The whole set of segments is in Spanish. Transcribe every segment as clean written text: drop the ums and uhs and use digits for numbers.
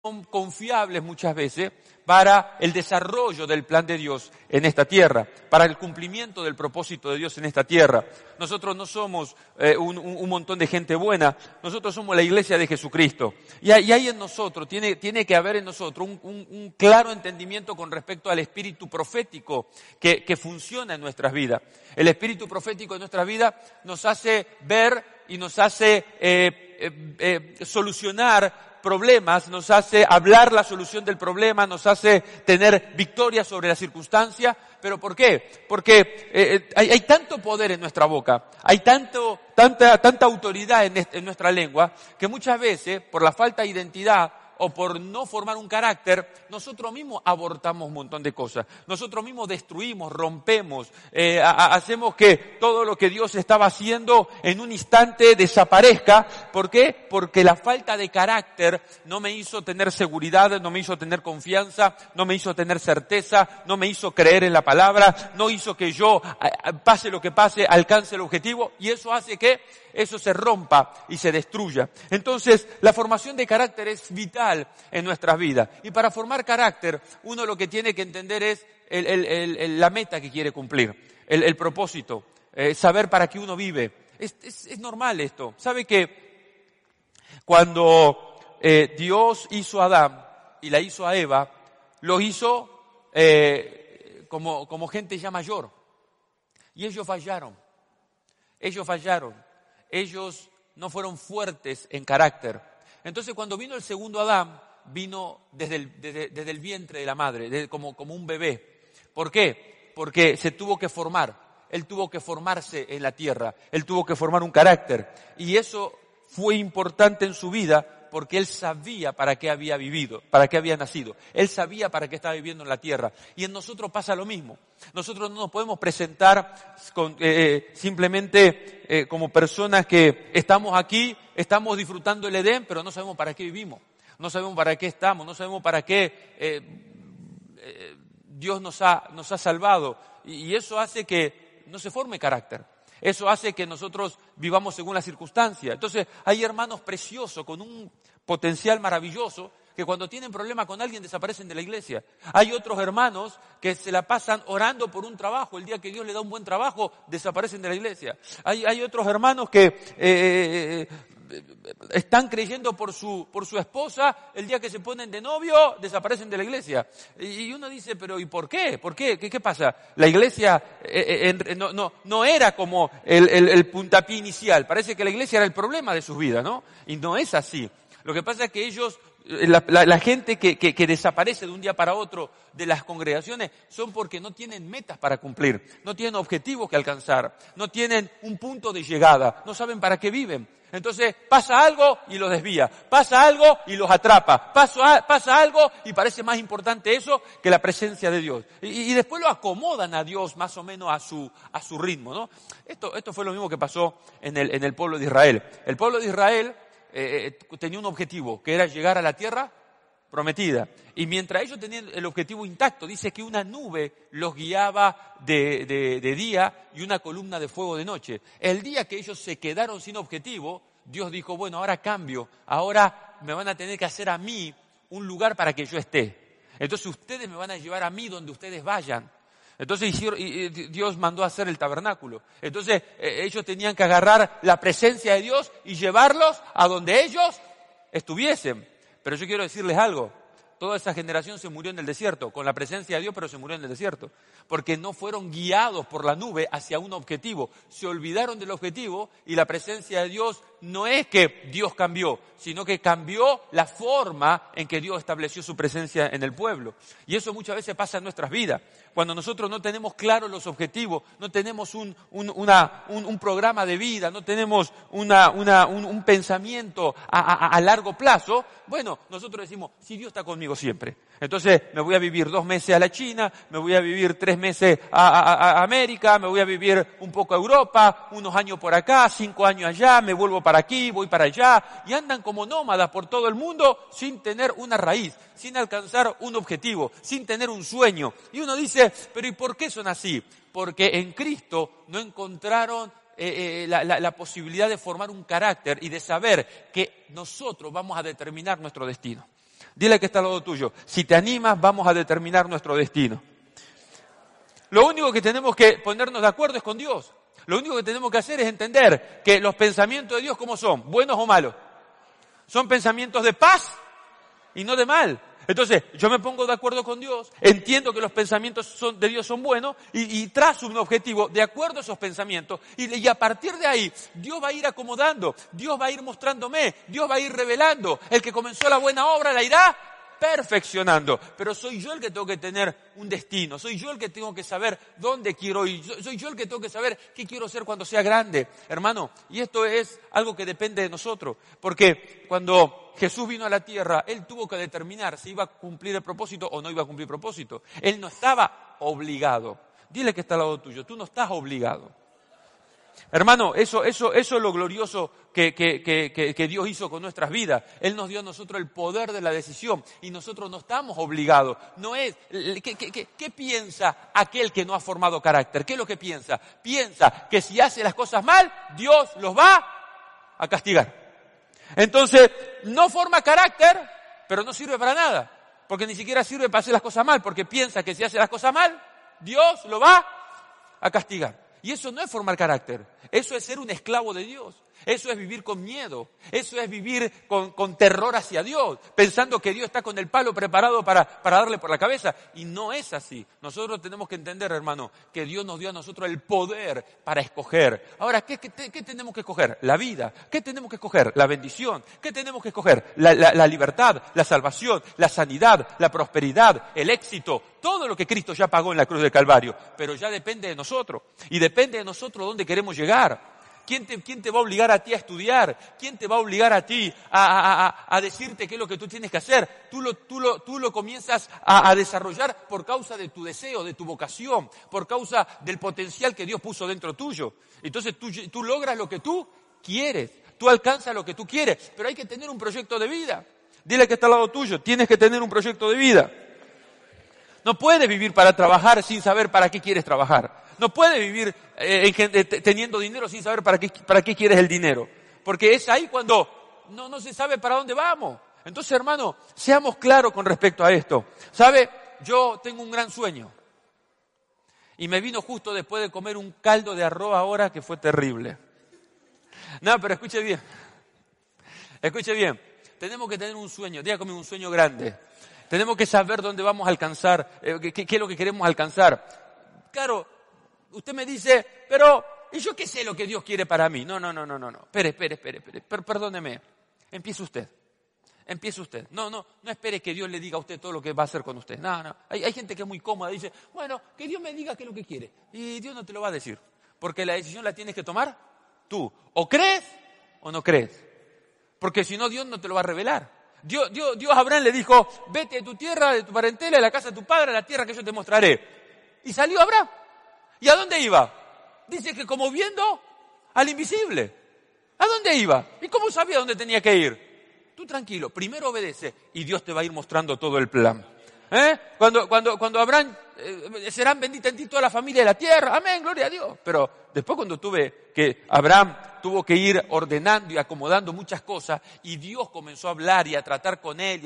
son confiables muchas veces para el desarrollo del plan de Dios en esta tierra, para el cumplimiento del propósito de Dios en esta tierra. Nosotros no somos un montón de gente buena, nosotros somos la iglesia de Jesucristo. Y hay en nosotros, tiene que haber en nosotros un claro entendimiento con respecto al espíritu profético que funciona en nuestras vidas. El espíritu profético en nuestras vidas nos hace ver y nos hace solucionar problemas, nos hace hablar la solución del problema, nos hace tener victoria sobre la circunstancia. ¿Pero por qué? Porque hay tanto poder en nuestra boca, hay tanta autoridad en nuestra lengua, que muchas veces, por la falta de identidad o por no formar un carácter, nosotros mismos abortamos un montón de cosas. Nosotros mismos destruimos, rompemos, hacemos que todo lo que Dios estaba haciendo en un instante desaparezca. ¿Por qué? Porque la falta de carácter no me hizo tener seguridad, no me hizo tener confianza, no me hizo tener certeza, no me hizo creer en la palabra, no hizo que yo, pase lo que pase, alcance el objetivo, y eso hace que eso se rompa y se destruya. Entonces, la formación de carácter es vital en nuestras vidas. Y para formar carácter, uno lo que tiene que entender es la meta que quiere cumplir, el propósito, saber para qué uno vive. Es normal esto. ¿Sabe que cuando Dios hizo a Adán y la hizo a Eva, lo hizo como gente ya mayor? Y ellos fallaron. Ellos no fueron fuertes en carácter. Entonces, cuando vino el segundo Adán, vino desde el vientre de la madre, como un bebé. ¿Por qué? Porque se tuvo que formar. Él tuvo que formarse en la tierra. Él tuvo que formar un carácter. Y eso fue importante en su vida porque él sabía para qué había vivido, para qué había nacido. Él sabía para qué estaba viviendo en la tierra. Y en nosotros pasa lo mismo. Nosotros no nos podemos presentar simplemente como personas que estamos aquí, estamos disfrutando el Edén, pero no sabemos para qué vivimos. No sabemos para qué estamos, no sabemos para qué Dios nos ha salvado. Y eso hace que no se forme carácter. Eso hace que nosotros vivamos según las circunstancias. Entonces, hay hermanos preciosos con un potencial maravilloso que cuando tienen problemas con alguien desaparecen de la iglesia. Hay otros hermanos que se la pasan orando por un trabajo. El día que Dios le da un buen trabajo, desaparecen de la iglesia. Hay otros hermanos que están creyendo por su esposa, el día que se ponen de novio, desaparecen de la iglesia. Y uno dice, pero ¿y por qué? ¿Por qué? ¿Qué pasa? La iglesia no era como el puntapié inicial. Parece que la iglesia era el problema de sus vidas, ¿no? Y no es así. Lo que pasa es que ellos, la gente que desaparece de un día para otro de las congregaciones son porque no tienen metas para cumplir, no tienen objetivos que alcanzar, no tienen un punto de llegada, no saben para qué viven. Entonces pasa algo y los desvía, pasa algo y los atrapa, pasa algo y parece más importante eso que la presencia de Dios. Y después lo acomodan a Dios más o menos a su ritmo, ¿no? Esto fue lo mismo que pasó en el pueblo de Israel. El pueblo de Israel tenía un objetivo, que era llegar a la tierra prometida. Y mientras ellos tenían el objetivo intacto, dice que una nube los guiaba de día y una columna de fuego de noche. El día que ellos se quedaron sin objetivo, Dios dijo, bueno, ahora cambio, ahora me van a tener que hacer a mí un lugar para que yo esté. Entonces ustedes me van a llevar a mí donde ustedes vayan. Entonces Dios mandó a hacer el tabernáculo. Entonces ellos tenían que agarrar la presencia de Dios y llevarlos a donde ellos estuviesen. Pero yo quiero decirles algo, toda esa generación se murió en el desierto, con la presencia de Dios, pero se murió en el desierto. Porque no fueron guiados por la nube hacia un objetivo. Se olvidaron del objetivo y la presencia de Dios no es que Dios cambió, sino que cambió la forma en que Dios estableció su presencia en el pueblo. Y eso muchas veces pasa en nuestras vidas. Cuando nosotros no tenemos claros los objetivos, no tenemos un programa de vida, no tenemos un pensamiento a largo plazo, bueno, nosotros decimos, si Dios está conmigo siempre. Entonces me voy a vivir 2 meses a la China, me voy a vivir 3 meses a América, me voy a vivir un poco a Europa, unos años por acá, 5 años allá, me vuelvo para aquí, voy para allá, y andan como nómadas por todo el mundo sin tener una raíz, sin alcanzar un objetivo, sin tener un sueño. Y uno dice, pero ¿y por qué son así? Porque en Cristo no encontraron la posibilidad de formar un carácter y de saber que nosotros vamos a determinar nuestro destino. Dile que está al lado tuyo, si te animas vamos a determinar nuestro destino. Lo único que tenemos que ponernos de acuerdo es con Dios. Lo único que tenemos que hacer es entender que los pensamientos de Dios, ¿cómo son? ¿Buenos o malos? Son pensamientos de paz y no de mal. Entonces, yo me pongo de acuerdo con Dios, entiendo que los pensamientos de Dios son buenos y trazo un objetivo de acuerdo a esos pensamientos y a partir de ahí Dios va a ir acomodando, Dios va a ir mostrándome, Dios va a ir revelando. El que comenzó la buena obra la irá perfeccionando, pero soy yo el que tengo que tener un destino, soy yo el que tengo que saber dónde quiero ir, soy yo el que tengo que saber qué quiero ser cuando sea grande, hermano, y esto es algo que depende de nosotros, porque cuando Jesús vino a la tierra, Él tuvo que determinar si iba a cumplir el propósito o no iba a cumplir el propósito, Él no estaba obligado, dile que está al lado tuyo, tú no estás obligado. Hermano, eso es lo glorioso que Dios hizo con nuestras vidas. Él nos dio a nosotros el poder de la decisión y nosotros no estamos obligados. No es, ¿qué piensa aquel que no ha formado carácter? ¿Qué es lo que piensa? Piensa que si hace las cosas mal, Dios los va a castigar. Entonces, no forma carácter, pero no sirve para nada. Porque ni siquiera sirve para hacer las cosas mal, porque piensa que si hace las cosas mal, Dios lo va a castigar. Y eso no es formar carácter, eso es ser un esclavo de Dios, eso es vivir con miedo, eso es vivir con terror hacia Dios, pensando que Dios está con el palo preparado para darle por la cabeza. Y no es así. Nosotros tenemos que entender, hermano, que Dios nos dio a nosotros el poder para escoger. Ahora, ¿qué tenemos que escoger? La vida. ¿Qué tenemos que escoger? La bendición. ¿Qué tenemos que escoger? La libertad, la salvación, la sanidad, la prosperidad, el éxito. Todo lo que Cristo ya pagó en la cruz del Calvario, pero ya depende de nosotros. Y depende de nosotros dónde queremos llegar. ¿Quién te va a obligar a ti a estudiar? ¿Quién te va a obligar a ti a decirte qué es lo que tú tienes que hacer? Tú lo comienzas a desarrollar por causa de tu deseo, de tu vocación, por causa del potencial que Dios puso dentro tuyo. Entonces tú logras lo que tú quieres, tú alcanzas lo que tú quieres, pero hay que tener un proyecto de vida. Dile que está al lado tuyo, tienes que tener un proyecto de vida. No puedes vivir para trabajar sin saber para qué quieres trabajar. No puedes vivir teniendo dinero sin saber para qué quieres el dinero. Porque es ahí cuando no se sabe para dónde vamos. Entonces, hermano, seamos claros con respecto a esto. ¿Sabe? Yo tengo un gran sueño. Y me vino justo después de comer un caldo de arroz ahora que fue terrible. No, pero escuche bien. Escuche bien. Tenemos que tener un sueño. Diga conmigo, un sueño grande. Tenemos que saber dónde vamos a alcanzar, qué es lo que queremos alcanzar. Claro, usted me dice, pero ¿y yo qué sé lo que Dios quiere para mí? No. Espere. Perdóneme. Empiece usted. No espere que Dios le diga a usted todo lo que va a hacer con usted. No. Hay gente que es muy cómoda, dice, bueno, que Dios me diga qué es lo que quiere. Y Dios no te lo va a decir. Porque la decisión la tienes que tomar tú. O crees o no crees. Porque si no, Dios no te lo va a revelar. Dios a Abraham le dijo, vete de tu tierra, de tu parentela, de la casa de tu padre, a la tierra que yo te mostraré. Y salió Abraham. ¿Y a dónde iba? Dice que como viendo al invisible. ¿A dónde iba? ¿Y cómo sabía dónde tenía que ir? Tú tranquilo, primero obedece y Dios te va a ir mostrando todo el plan. Cuando Abraham, serán benditas en ti toda la familia de la tierra. Amén, gloria a Dios. Pero después cuando Abraham tuvo que ir ordenando y acomodando muchas cosas y Dios comenzó a hablar y a tratar con él,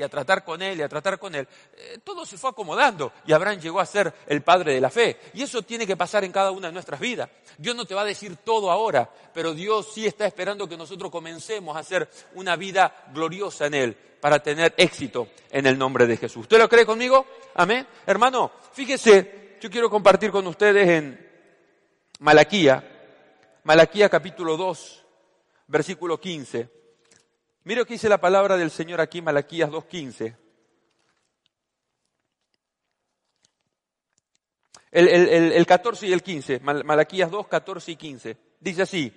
todo se fue acomodando y Abraham llegó a ser el padre de la fe. Y eso tiene que pasar en cada una de nuestras vidas. Dios no te va a decir todo ahora, pero Dios sí está esperando que nosotros comencemos a hacer una vida gloriosa en Él para tener éxito en el nombre de Jesús. ¿Usted lo cree conmigo? Amén. Hermano, fíjese, yo quiero compartir con ustedes en Malaquías capítulo 2, versículo 15. Mire lo que dice la palabra del Señor aquí, Malaquías 2:15. El 14 y el 15, Malaquías 2, 14 y 15. Dice así,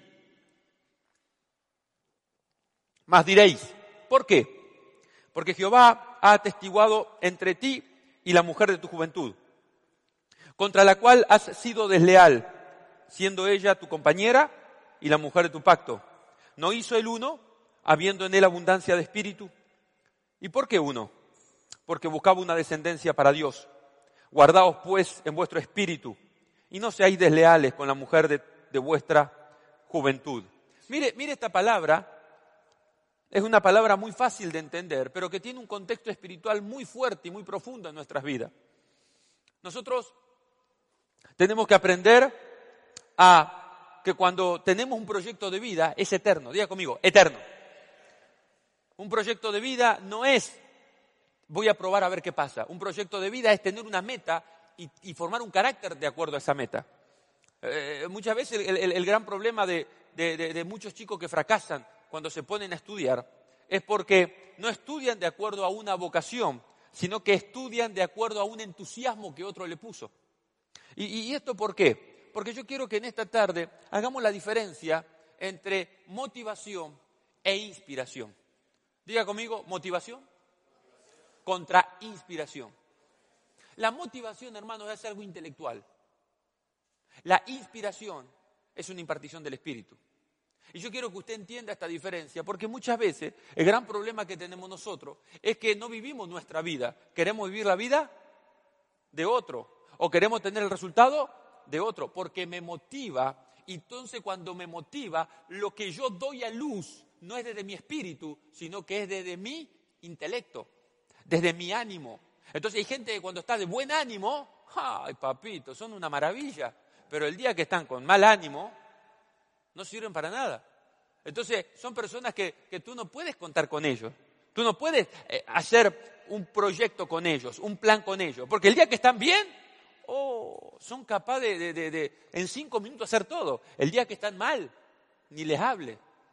mas diréis, ¿por qué? Porque Jehová ha atestiguado entre ti y la mujer de tu juventud, contra la cual has sido desleal, siendo ella tu compañera y la mujer de tu pacto. ¿No hizo el uno, habiendo en él abundancia de espíritu? ¿Y por qué uno? Porque buscaba una descendencia para Dios. Guardaos pues en vuestro espíritu, y no seáis desleales con la mujer de vuestra juventud. Mire esta palabra, es una palabra muy fácil de entender, pero que tiene un contexto espiritual muy fuerte y muy profundo en nuestras vidas. Nosotros tenemos que aprender a que cuando tenemos un proyecto de vida es eterno. Diga conmigo, eterno. Un proyecto de vida no es voy a probar a ver qué pasa. Un proyecto de vida es tener una meta y formar un carácter de acuerdo a esa meta. Muchas veces el gran problema de muchos chicos que fracasan cuando se ponen a estudiar es porque no estudian de acuerdo a una vocación, sino que estudian de acuerdo a un entusiasmo que otro le puso. ¿Y esto por qué? Porque yo quiero que en esta tarde hagamos la diferencia entre motivación e inspiración. Diga conmigo, motivación contra inspiración. La motivación, hermanos, es algo intelectual. La inspiración es una impartición del Espíritu. Y yo quiero que usted entienda esta diferencia, porque muchas veces el gran problema que tenemos nosotros es que no vivimos nuestra vida. Queremos vivir la vida de otro o queremos tener el resultado de otro, porque me motiva. Y entonces cuando me motiva, lo que yo doy a luz no es desde mi espíritu, sino que es desde mi intelecto, desde mi ánimo. Entonces hay gente que cuando está de buen ánimo, ¡ay, papito! Son una maravilla. Pero el día que están con mal ánimo, no sirven para nada. Entonces son personas que tú no puedes contar con ellos. Tú no puedes hacer un proyecto con ellos, un plan con ellos. Porque el día que están bien, son capaces de en 5 minutos hacer todo. El día que están mal, ni les hable.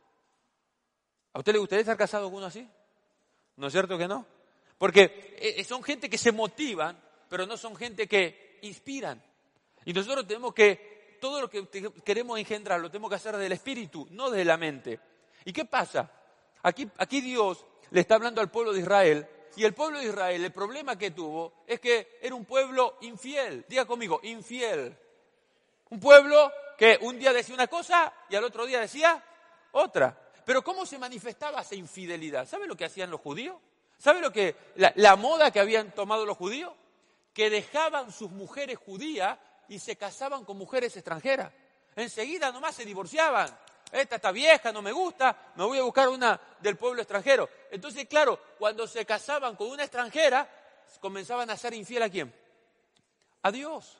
¿A usted le gustaría estar casado con uno así? ¿No es cierto que no? Porque son gente que se motivan, pero no son gente que inspiran. Y nosotros tenemos que, todo lo que queremos engendrar, lo tenemos que hacer del espíritu, no de la mente. ¿Y qué pasa? Aquí Dios le está hablando al pueblo de Israel, y el pueblo de Israel, el problema que tuvo es que era un pueblo infiel. Diga conmigo, infiel. Un pueblo que un día decía una cosa y al otro día decía otra. Pero ¿cómo se manifestaba esa infidelidad? ¿Sabe lo que hacían los judíos? ¿Sabe lo que la moda que habían tomado los judíos? Que dejaban sus mujeres judías y se casaban con mujeres extranjeras. Enseguida nomás se divorciaban. Esta está vieja, no me gusta, me voy a buscar una del pueblo extranjero. Entonces, claro, cuando se casaban con una extranjera, comenzaban a ser infiel ¿a quién? A Dios.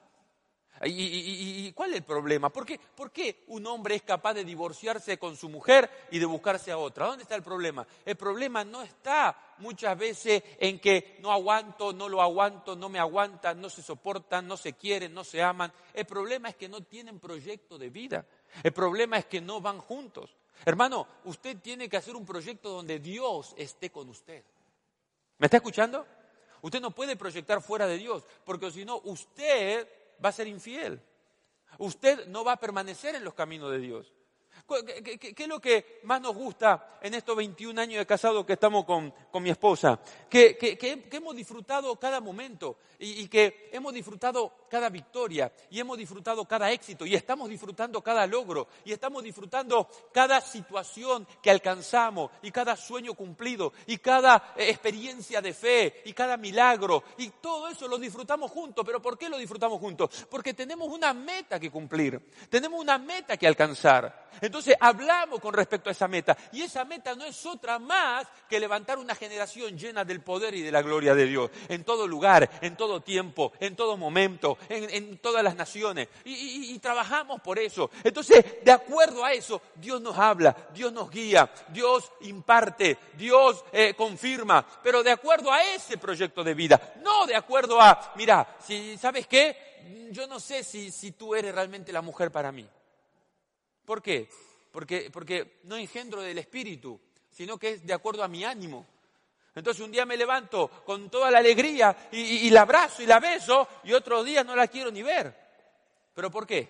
¿Y cuál es el problema? ¿Por qué un hombre es capaz de divorciarse con su mujer y de buscarse a otra? ¿Dónde está el problema? El problema no está muchas veces en que no aguanto, no lo aguanto, no me aguantan, no se soportan, no se quieren, no se aman. El problema es que no tienen proyecto de vida. El problema es que no van juntos. Hermano, usted tiene que hacer un proyecto donde Dios esté con usted. ¿Me está escuchando? Usted no puede proyectar fuera de Dios, porque si no, usted va a ser infiel. Usted no va a permanecer en los caminos de Dios. ¿Qué es lo que más nos gusta en estos 21 años de casado que estamos con mi esposa? Que hemos disfrutado cada momento y que hemos disfrutado cada victoria y hemos disfrutado cada éxito y estamos disfrutando cada logro y estamos disfrutando cada situación que alcanzamos y cada sueño cumplido y cada experiencia de fe y cada milagro y todo eso lo disfrutamos juntos. ¿Pero por qué lo disfrutamos juntos? Porque tenemos una meta que cumplir, tenemos una meta que alcanzar. Entonces hablamos con respecto a esa meta y esa meta no es otra más que levantar una generación llena del poder y de la gloria de Dios en todo lugar, en todo tiempo, en todo momento, en todas las naciones y trabajamos por eso. Entonces, de acuerdo a eso, Dios nos habla, Dios nos guía, Dios imparte, Dios confirma, pero de acuerdo a ese proyecto de vida, no de acuerdo a, mira, ¿sabes qué? Yo no sé si tú eres realmente la mujer para mí. ¿Por qué? Porque no engendro del espíritu, sino que es de acuerdo a mi ánimo. Entonces un día me levanto con toda la alegría y la abrazo y la beso y otro día no la quiero ni ver. ¿Pero por qué?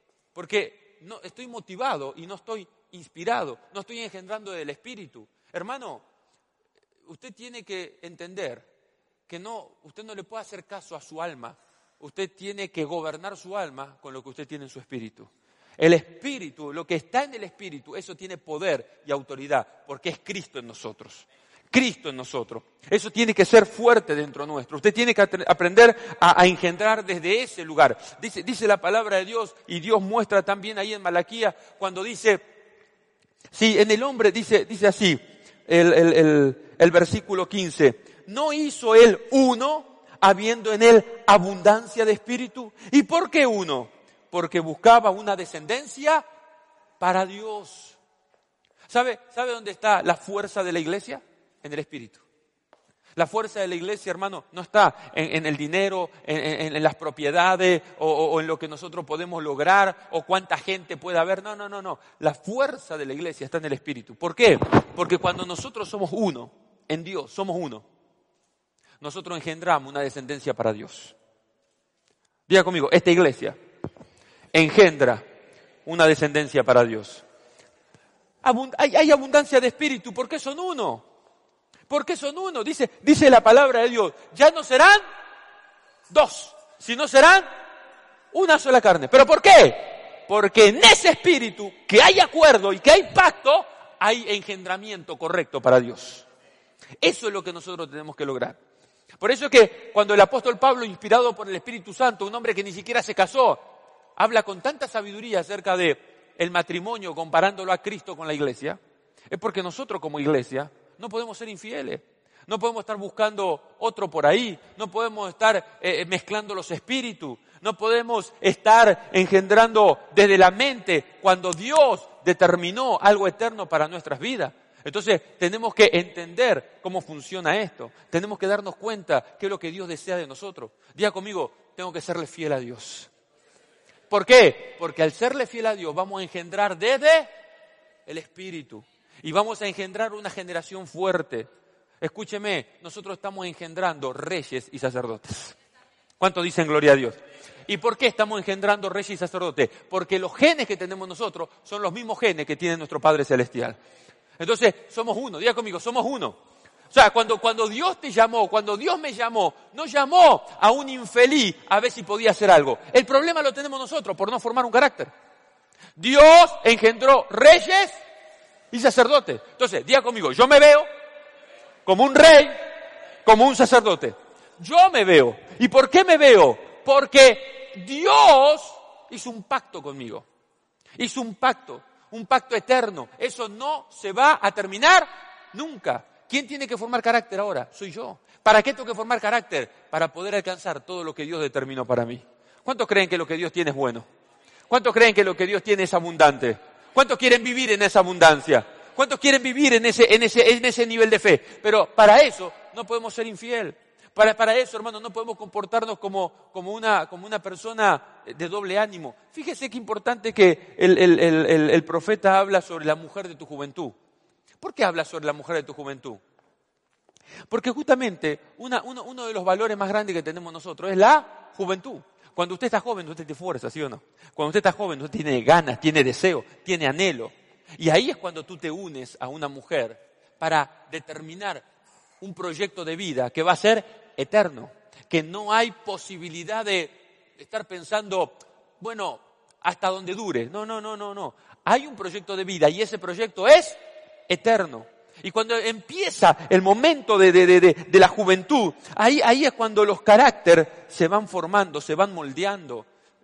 Porque no estoy motivado y no estoy inspirado, no estoy engendrando del espíritu. Hermano, usted tiene que entender que usted no le puede hacer caso a su alma. Usted tiene que gobernar su alma con lo que usted tiene en su espíritu. El espíritu, lo que está en el espíritu, eso tiene poder y autoridad, porque es Cristo en nosotros. Cristo en nosotros. Eso tiene que ser fuerte dentro nuestro. Usted tiene que aprender a engendrar desde ese lugar. Dice la palabra de Dios, y Dios muestra también ahí en Malaquías, cuando dice, sí, en el hombre dice así, el versículo 15. ¿No hizo él uno, habiendo en él abundancia de espíritu? ¿Y por qué uno? Porque buscaba una descendencia para Dios. ¿Sabe dónde está la fuerza de la iglesia? En el espíritu. La fuerza de la iglesia, hermano, no está en el dinero, en las propiedades o en lo que nosotros podemos lograr o cuánta gente puede haber. No. La fuerza de la iglesia está en el espíritu. ¿Por qué? Porque cuando nosotros somos uno, en Dios somos uno, nosotros engendramos una descendencia para Dios. Diga conmigo, esta iglesia engendra una descendencia para Dios. Hay abundancia de espíritu, ¿por qué son uno? Porque son uno, dice la palabra de Dios. Ya no serán dos, sino serán una sola carne. ¿Pero por qué? Porque en ese espíritu, que hay acuerdo y que hay pacto, hay engendramiento correcto para Dios. Eso es lo que nosotros tenemos que lograr. Por eso es que cuando el apóstol Pablo, inspirado por el Espíritu Santo, un hombre que ni siquiera se casó, habla con tanta sabiduría acerca de el matrimonio, comparándolo a Cristo con la iglesia, es porque nosotros como iglesia no podemos ser infieles, no podemos estar buscando otro por ahí, no podemos estar mezclando los espíritus, no podemos estar engendrando desde la mente cuando Dios determinó algo eterno para nuestras vidas. Entonces tenemos que entender cómo funciona esto, tenemos que darnos cuenta qué es lo que Dios desea de nosotros. Diga conmigo, tengo que serle fiel a Dios. ¿Por qué? Porque al serle fiel a Dios vamos a engendrar desde el Espíritu y vamos a engendrar una generación fuerte. Escúcheme, nosotros estamos engendrando reyes y sacerdotes. ¿Cuántos dicen gloria a Dios? ¿Y por qué estamos engendrando reyes y sacerdotes? Porque los genes que tenemos nosotros son los mismos genes que tiene nuestro Padre Celestial. Entonces, somos uno, diga conmigo, somos uno. O sea, cuando Dios te llamó, cuando Dios me llamó, no llamó a un infeliz a ver si podía hacer algo. El problema lo tenemos nosotros por no formar un carácter. Dios engendró reyes y sacerdotes. Entonces, diga conmigo, yo me veo como un rey, como un sacerdote. Yo me veo. ¿Y por qué me veo? Porque Dios hizo un pacto conmigo. Hizo un pacto eterno. Eso no se va a terminar nunca. ¿Quién tiene que formar carácter ahora? Soy yo. ¿Para qué tengo que formar carácter? Para poder alcanzar todo lo que Dios determinó para mí. ¿Cuántos creen que lo que Dios tiene es bueno? ¿Cuántos creen que lo que Dios tiene es abundante? ¿Cuántos quieren vivir en esa abundancia? ¿Cuántos quieren vivir en ese nivel de fe? Pero para eso no podemos ser infiel. Para eso, hermano, no podemos comportarnos como una persona de doble ánimo. Fíjese qué importante que el profeta habla sobre la mujer de tu juventud. ¿Por qué habla sobre la mujer de tu juventud? Porque justamente uno de los valores más grandes que tenemos nosotros es la juventud. Cuando usted está joven, usted tiene fuerza, ¿sí o no? Cuando usted está joven, usted tiene ganas, tiene deseo, tiene anhelo. Y ahí es cuando tú te unes a una mujer para determinar un proyecto de vida que va a ser eterno. Que no hay posibilidad de estar pensando, bueno, hasta donde dure. No. Hay un proyecto de vida y ese proyecto es eterno. Y cuando empieza el momento de la juventud, ahí es cuando los caracteres se van formando, se van moldeando.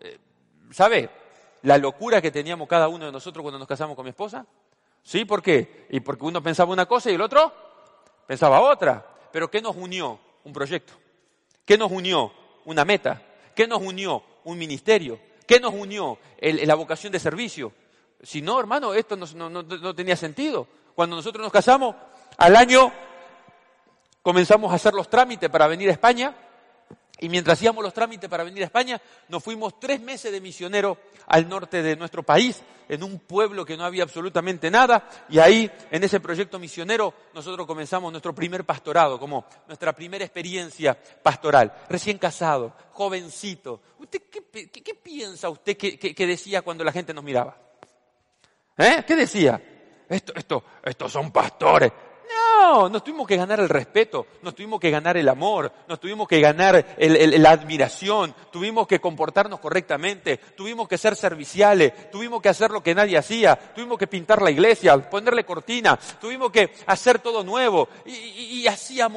¿Sabe? La locura que teníamos cada uno de nosotros cuando nos casamos con mi esposa. ¿Sí? ¿Por qué? Y porque uno pensaba una cosa y el otro pensaba otra. Pero ¿qué nos unió? Un proyecto. ¿Qué nos unió? Una meta. ¿Qué nos unió? Un ministerio. ¿Qué nos unió? La vocación de servicio. Si no, hermano, esto no tenía sentido. Cuando nosotros nos casamos, al año comenzamos a hacer los trámites para venir a España. Y mientras hacíamos los trámites para venir a España, nos fuimos 3 meses de misionero al norte de nuestro país, en un pueblo que no había absolutamente nada. Y ahí, en ese proyecto misionero, nosotros comenzamos nuestro primer pastorado, como nuestra primera experiencia pastoral. Recién casado, jovencito. ¿Usted qué piensa usted que decía cuando la gente nos miraba? ¿Qué decía? Estos son pastores. No, nos tuvimos que ganar el respeto, nos tuvimos que ganar el amor, nos tuvimos que ganar la admiración, tuvimos que comportarnos correctamente, tuvimos que ser serviciales, tuvimos que hacer lo que nadie hacía, tuvimos que pintar la iglesia, ponerle cortina, tuvimos que hacer todo nuevo y hacíamos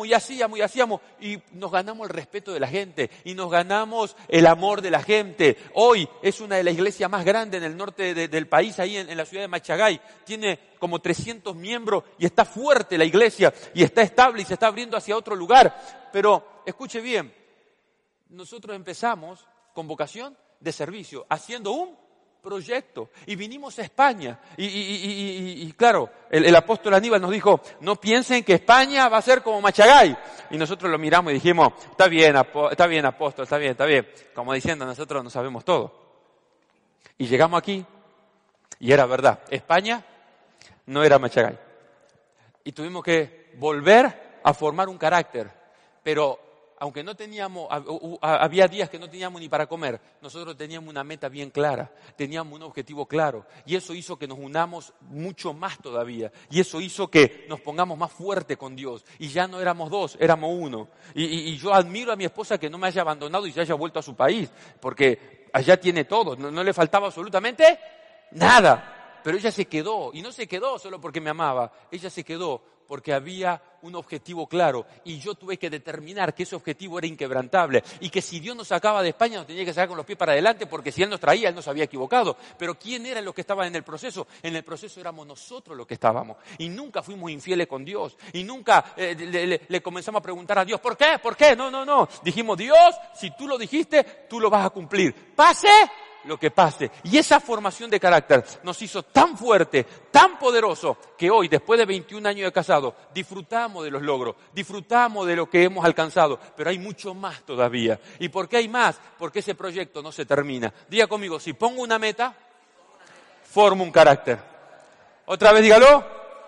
y nos ganamos el respeto de la gente y nos ganamos el amor de la gente. Hoy es una de las iglesias más grandes en el norte del país, ahí en la ciudad de Machagay, tiene como 300 miembros y está fuerte la iglesia y está estable y se está abriendo hacia otro lugar. Pero escuche bien, nosotros empezamos con vocación de servicio, haciendo un proyecto y vinimos a España y claro, el apóstol Aníbal nos dijo, no piensen que España va a ser como Machagay, y nosotros lo miramos y dijimos, está bien apóstol, está bien, como diciendo, nosotros no sabemos todo. Y llegamos aquí y era verdad, España no era Machagay y tuvimos que volver a formar un carácter, pero aunque no teníamos, había días que no teníamos ni para comer, nosotros teníamos una meta bien clara, teníamos un objetivo claro, y eso hizo que nos unamos mucho más todavía, y eso hizo que nos pongamos más fuerte con Dios, y ya no éramos dos, éramos uno. Y yo admiro a mi esposa que no me haya abandonado y se haya vuelto a su país, porque allá tiene todo, no le faltaba absolutamente nada, pero ella se quedó, y no se quedó solo porque me amaba, ella se quedó porque había un objetivo claro y yo tuve que determinar que ese objetivo era inquebrantable y que si Dios nos sacaba de España nos tenía que sacar con los pies para adelante porque si Él nos traía, Él nos había equivocado. Pero ¿quién eran los que estaban en el proceso? En el proceso éramos nosotros los que estábamos y nunca fuimos infieles con Dios y nunca le comenzamos a preguntar a Dios, ¿por qué? ¿Por qué? No. Dijimos, Dios, si tú lo dijiste, tú lo vas a cumplir. Pase lo que pase. Y esa formación de carácter nos hizo tan fuerte, tan poderoso, que hoy, después de 21 años de casado, disfrutamos de los logros, disfrutamos de lo que hemos alcanzado, pero hay mucho más todavía. ¿Y por qué hay más? Porque ese proyecto no se termina. Diga conmigo, si pongo una meta, formo un carácter. Otra vez dígalo.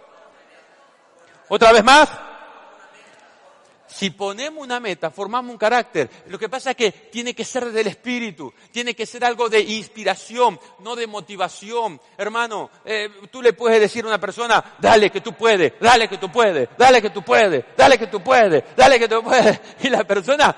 Otra vez más. Si ponemos una meta, formamos un carácter. Lo que pasa es que tiene que ser del espíritu, tiene que ser algo de inspiración, no de motivación. Hermano, tú le puedes decir a una persona, dale que tú puedes, dale que tú puedes, dale que tú puedes, dale que tú puedes, dale que tú puedes. Y la persona,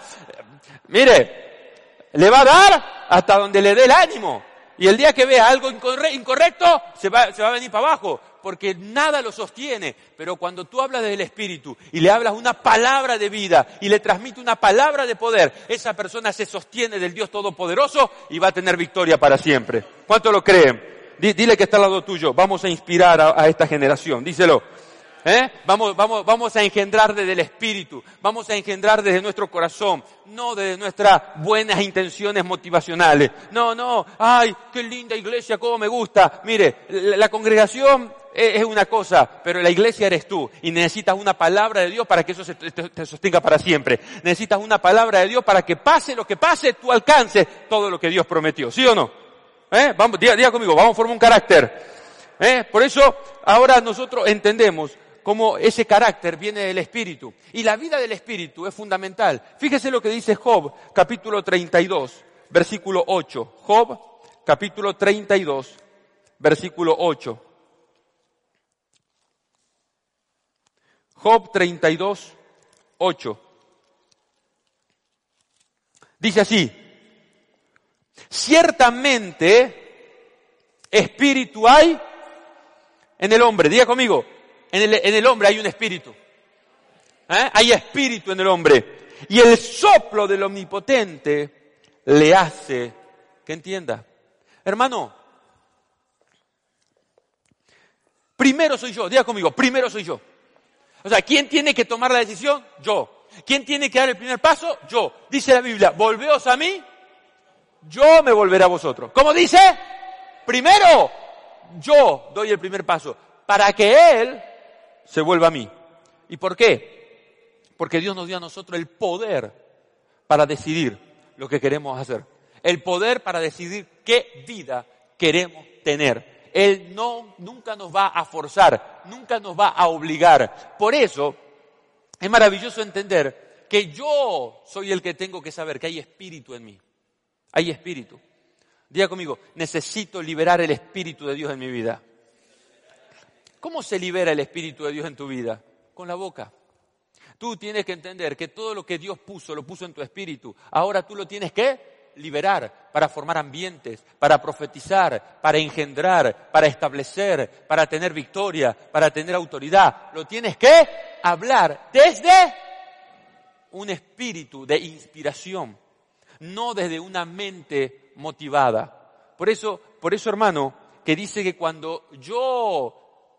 mire, le va a dar hasta donde le dé el ánimo. Y el día que vea algo incorrecto, se va a venir para abajo, porque nada lo sostiene. Pero cuando tú hablas del Espíritu y le hablas una palabra de vida y le transmite una palabra de poder, esa persona se sostiene del Dios Todopoderoso y va a tener victoria para siempre. ¿Cuánto lo creen? Dile que está al lado tuyo, vamos a inspirar a esta generación, díselo. Vamos a engendrar desde el Espíritu, vamos a engendrar desde nuestro corazón, no desde nuestras buenas intenciones motivacionales. No, ay, qué linda iglesia, cómo me gusta. Mire, la congregación es una cosa, pero la iglesia eres tú y necesitas una palabra de Dios para que eso te sostenga para siempre. Necesitas una palabra de Dios para que pase lo que pase, tú alcances todo lo que Dios prometió, ¿sí o no? Vamos, diga conmigo, vamos a formar un carácter. Por eso ahora nosotros entendemos cómo ese carácter viene del Espíritu. Y la vida del Espíritu es fundamental. Fíjese lo que dice Job, capítulo 32, versículo 8. Job, capítulo 32, versículo 8. Job 32, 8. Dice así, ciertamente espíritu hay en el hombre. Diga conmigo, en el hombre hay un espíritu. Hay espíritu en el hombre. Y el soplo del Omnipotente le hace que entienda. Hermano, primero soy yo. Diga conmigo, primero soy yo. O sea, ¿quién tiene que tomar la decisión? Yo. ¿Quién tiene que dar el primer paso? Yo. Dice la Biblia, volveos a mí, yo me volveré a vosotros. ¿Cómo dice? Primero, yo doy el primer paso para que Él se vuelva a mí. ¿Y por qué? Porque Dios nos dio a nosotros el poder para decidir lo que queremos hacer. El poder para decidir qué vida queremos tener. Él nunca nos va a forzar, nunca nos va a obligar. Por eso es maravilloso entender que yo soy el que tengo que saber que hay espíritu en mí. Hay espíritu. Diga conmigo, necesito liberar el Espíritu de Dios en mi vida. ¿Cómo se libera el Espíritu de Dios en tu vida? Con la boca. Tú tienes que entender que todo lo que Dios puso, lo puso en tu espíritu. Ahora tú lo tienes que liberar para formar ambientes, para profetizar, para engendrar, para establecer, para tener victoria, para tener autoridad. Lo tienes que hablar desde un espíritu de inspiración, no desde una mente motivada. Por eso, hermano, que dice que cuando yo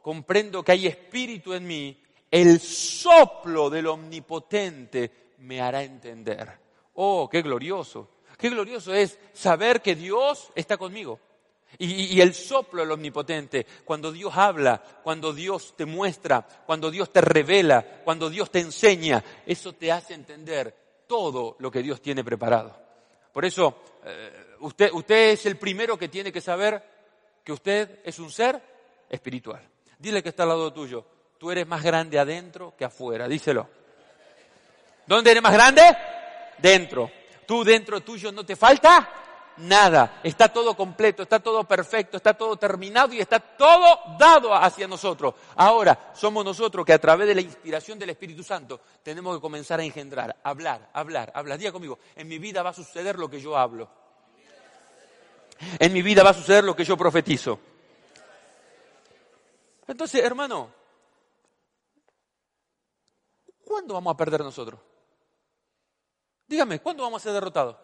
comprendo que hay espíritu en mí, el soplo del Omnipotente me hará entender. ¡Oh, qué glorioso! Qué glorioso es saber que Dios está conmigo. Y el soplo del Omnipotente, cuando Dios habla, cuando Dios te muestra, cuando Dios te revela, cuando Dios te enseña, eso te hace entender todo lo que Dios tiene preparado. Por eso, usted es el primero que tiene que saber que usted es un ser espiritual. Dile que está al lado tuyo, tú eres más grande adentro que afuera, díselo. ¿Dónde eres más grande? Dentro. Tú dentro tuyo no te falta nada. Está todo completo, está todo perfecto, está todo terminado y está todo dado hacia nosotros. Ahora, somos nosotros que a través de la inspiración del Espíritu Santo tenemos que comenzar a engendrar, hablar. Diga conmigo, en mi vida va a suceder lo que yo hablo. En mi vida va a suceder lo que yo profetizo. Entonces, hermano, ¿cuándo vamos a perder nosotros? Dígame, ¿cuándo vamos a ser derrotados?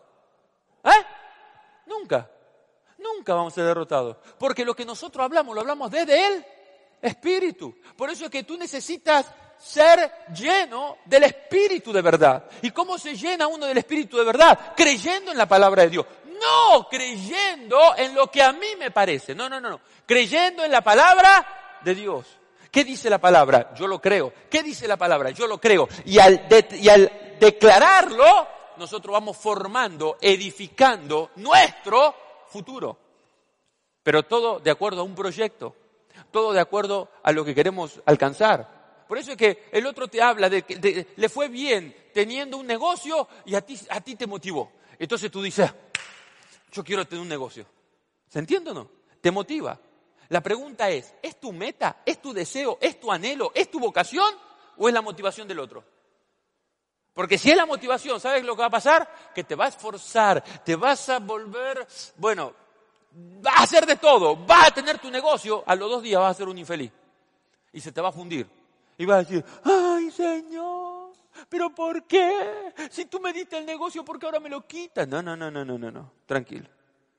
Nunca vamos a ser derrotados. Porque lo que nosotros hablamos, lo hablamos desde el Espíritu. Por eso es que tú necesitas ser lleno del Espíritu de verdad. ¿Y cómo se llena uno del Espíritu de verdad? Creyendo en la palabra de Dios. No creyendo en lo que a mí me parece. No. Creyendo en la palabra de Dios. ¿Qué dice la palabra? Yo lo creo. ¿Qué dice la palabra? Yo lo creo. Y al declararlo, nosotros vamos formando, edificando nuestro futuro. Pero todo de acuerdo a un proyecto, todo de acuerdo a lo que queremos alcanzar. Por eso es que el otro te habla de que le fue bien teniendo un negocio y a ti te motivó. Entonces tú dices, yo quiero tener un negocio. ¿Se entiende o no? Te motiva. La pregunta es tu meta? ¿Es tu deseo? ¿Es tu anhelo? ¿Es tu vocación? ¿O es la motivación del otro? Porque si es la motivación, ¿sabes lo que va a pasar? Que te vas a esforzar, te vas a volver, vas a hacer de todo, vas a tener tu negocio, a los 2 días vas a ser un infeliz. Y se te va a fundir. Y vas a decir, ¡ay, Señor! ¿Pero por qué? Si tú me diste el negocio, ¿por qué ahora me lo quitas? No. Tranquilo.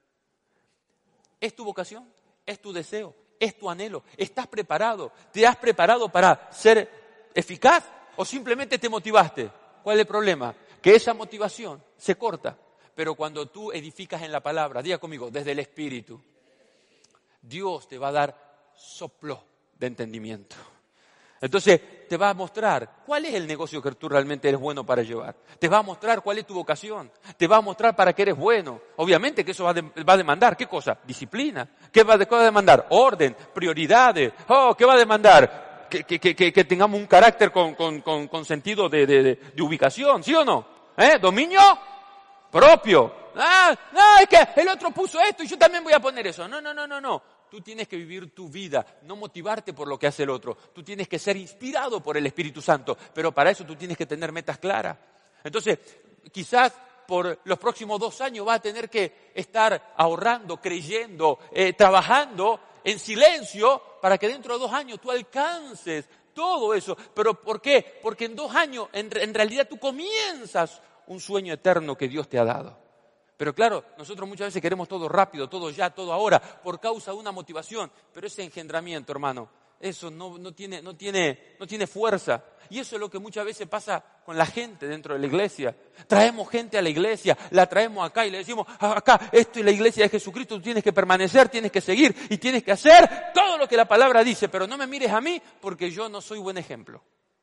¿Es tu vocación? ¿Es tu deseo? ¿Es tu anhelo? ¿Estás preparado? ¿Te has preparado para ser eficaz? ¿O simplemente te motivaste? ¿Cuál es el problema? Que esa motivación se corta. Pero cuando tú edificas en la palabra, diga conmigo, desde el Espíritu, Dios te va a dar soplo de entendimiento. Entonces te va a mostrar cuál es el negocio que tú realmente eres bueno para llevar. Te va a mostrar cuál es tu vocación. Te va a mostrar para qué eres bueno. Obviamente que eso va a demandar, ¿qué cosa? Disciplina. ¿Qué va a demandar? Orden, prioridades. ¿Qué va a demandar? Que tengamos un carácter con sentido de ubicación, ¿sí o no? Dominio propio. Es que el otro puso esto y yo también voy a poner eso. No. Tú tienes que vivir tu vida, no motivarte por lo que hace el otro. Tú tienes que ser inspirado por el Espíritu Santo, pero para eso tú tienes que tener metas claras. Entonces, quizás por los próximos 2 años vas a tener que estar ahorrando, creyendo, trabajando en silencio para que dentro de 2 años tú alcances todo eso. ¿Pero por qué? Porque en 2 años en realidad tú comienzas un sueño eterno que Dios te ha dado. Pero claro, nosotros muchas veces queremos todo rápido, todo ya, todo ahora, por causa de una motivación. Pero ese engendramiento, hermano, eso no tiene fuerza. Y eso es lo que muchas veces pasa con la gente dentro de la iglesia. Traemos gente a la iglesia, la traemos acá y le decimos, acá, esto es la iglesia de Jesucristo, tú tienes que permanecer, tienes que seguir y tienes que hacer todo lo que la palabra dice. Pero no me mires a mí porque yo no soy buen ejemplo.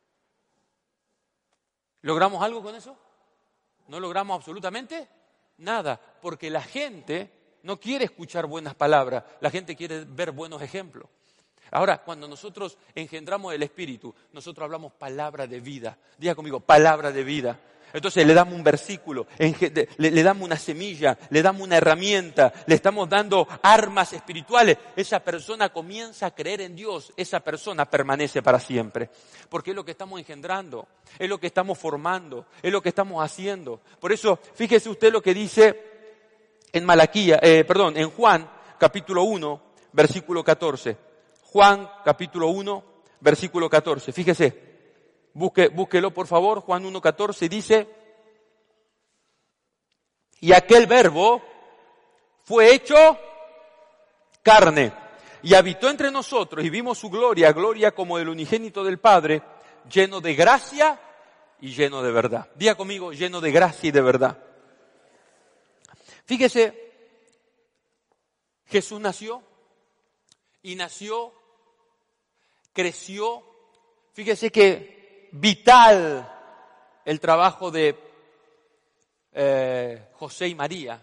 ¿Logramos algo con eso? ¿No logramos absolutamente nada? Porque la gente no quiere escuchar buenas palabras, la gente quiere ver buenos ejemplos. Ahora, cuando nosotros engendramos el Espíritu, nosotros hablamos palabra de vida. Diga conmigo, palabra de vida. Entonces le damos un versículo, le damos una semilla, le damos una herramienta, le estamos dando armas espirituales. Esa persona comienza a creer en Dios, esa persona permanece para siempre. Porque es lo que estamos engendrando, es lo que estamos formando, es lo que estamos haciendo. Por eso, fíjese usted lo que dice en Juan capítulo 1, versículo 14. Juan capítulo 1, versículo 14. Fíjese. Búsquelo por favor, Juan 1:14 dice, y aquel verbo fue hecho carne y habitó entre nosotros y vimos su gloria, gloria como del unigénito del Padre, lleno de gracia y lleno de verdad. Diga conmigo, lleno de gracia y de verdad. Fíjese, Jesús nació y nació, creció. Fíjese que vital el trabajo de José y María,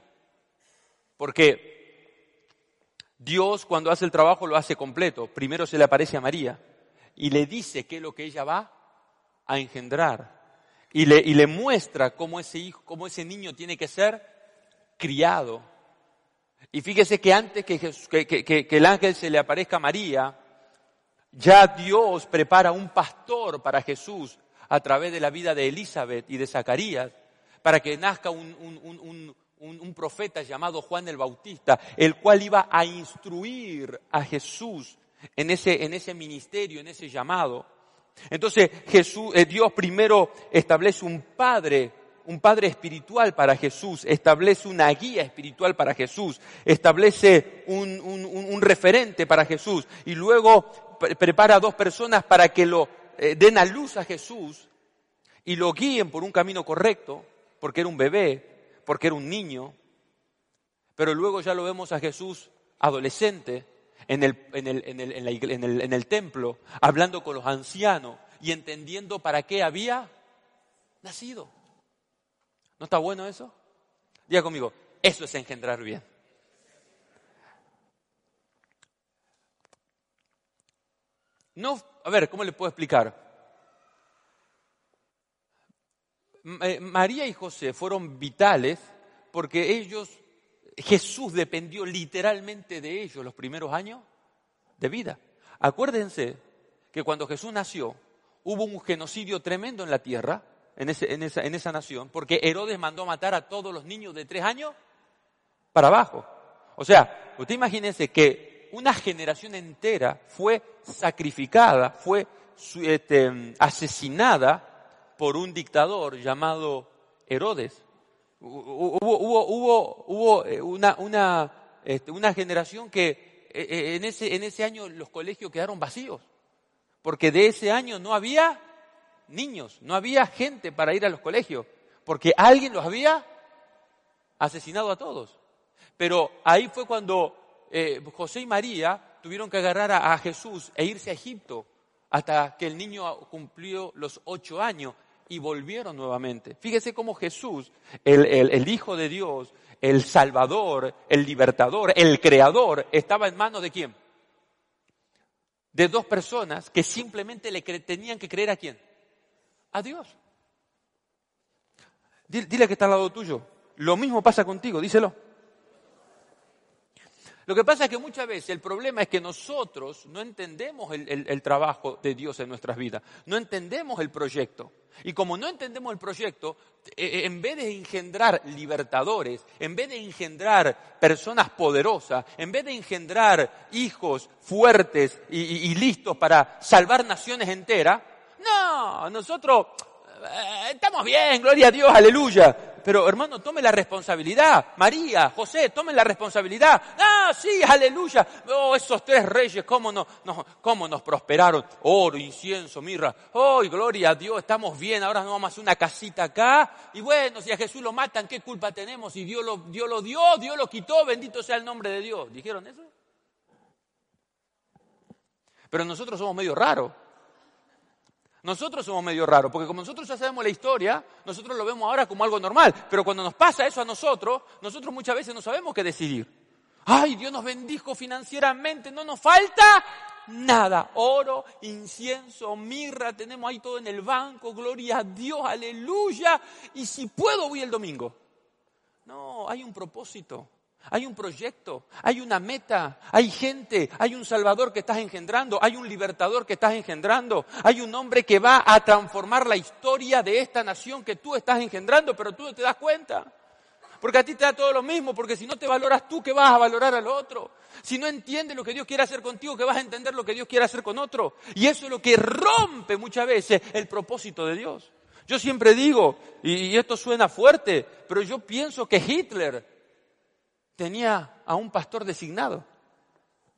porque Dios cuando hace el trabajo lo hace completo. Primero se le aparece a María y le dice qué es lo que ella va a engendrar y le muestra cómo ese hijo, cómo ese niño tiene que ser criado. Y fíjese que antes que el ángel se le aparezca a María, ya Dios prepara un pastor para Jesús a través de la vida de Elizabeth y de Zacarías, para que nazca un profeta llamado Juan el Bautista, el cual iba a instruir a Jesús en ese ministerio, en ese llamado. Entonces Dios primero establece un padre espiritual para Jesús, establece una guía espiritual para Jesús, establece un referente para Jesús y luego prepara a 2 personas para que lo den a luz a Jesús y lo guíen por un camino correcto, porque era un bebé, porque era un niño, pero luego ya lo vemos a Jesús adolescente en el templo, hablando con los ancianos y entendiendo para qué había nacido. ¿No está bueno eso? Diga conmigo, eso es engendrar bien. No, a ver, ¿cómo le puedo explicar? María y José fueron vitales porque Jesús dependió literalmente de ellos los primeros años de vida. Acuérdense que cuando Jesús nació hubo un genocidio tremendo en la tierra, en esa nación, porque Herodes mandó matar a todos los niños de 3 años para abajo. O sea, usted imagínese que una generación entera fue sacrificada, fue asesinada por un dictador llamado Herodes. Hubo una generación que en ese año los colegios quedaron vacíos, porque de ese año no había niños, no había gente para ir a los colegios, porque alguien los había asesinado a todos. Pero ahí fue cuando José y María tuvieron que agarrar a Jesús e irse a Egipto hasta que el niño cumplió los 8 años y volvieron nuevamente. Fíjese cómo Jesús, el Hijo de Dios, el Salvador, el Libertador, el Creador, estaba en manos ¿de quién? De 2 personas que simplemente tenían que creer ¿a quién? A Dios. Dile que está al lado tuyo. Lo mismo pasa contigo, díselo. Lo que pasa es que muchas veces el problema es que nosotros no entendemos el trabajo de Dios en nuestras vidas. No entendemos el proyecto. Y como no entendemos el proyecto, en vez de engendrar libertadores, en vez de engendrar personas poderosas, en vez de engendrar hijos fuertes y listos para salvar naciones enteras, no, nosotros estamos bien, gloria a Dios, aleluya. Pero hermano, tome la responsabilidad. María, José, tomen la responsabilidad. Ah, sí, aleluya. Oh, esos 3 reyes, cómo nos prosperaron. Oro, incienso, mirra. Oh, gloria a Dios, estamos bien. Ahora nos vamos a hacer una casita acá. Y bueno, si a Jesús lo matan, ¿qué culpa tenemos? Si Dios lo dio, Dios lo quitó, bendito sea el nombre de Dios. ¿Dijeron eso? Pero nosotros somos medio raros. Nosotros somos medio raros, porque como nosotros ya sabemos la historia, nosotros lo vemos ahora como algo normal. Pero cuando nos pasa eso a nosotros muchas veces no sabemos qué decidir. ¡Ay, Dios nos bendijo financieramente! No nos falta nada. Oro, incienso, mirra, tenemos ahí todo en el banco, gloria a Dios, aleluya. Y si puedo, voy el domingo. No, hay un propósito. Hay un proyecto, hay una meta, hay gente, hay un Salvador que estás engendrando, hay un Libertador que estás engendrando, hay un hombre que va a transformar la historia de esta nación que tú estás engendrando, pero tú no te das cuenta. Porque a ti te da todo lo mismo, porque si no te valoras tú, ¿qué vas a valorar al otro? Si no entiendes lo que Dios quiere hacer contigo, ¿qué vas a entender lo que Dios quiere hacer con otro? Y eso es lo que rompe muchas veces el propósito de Dios. Yo siempre digo, y esto suena fuerte, pero yo pienso que Hitler tenía a un pastor designado.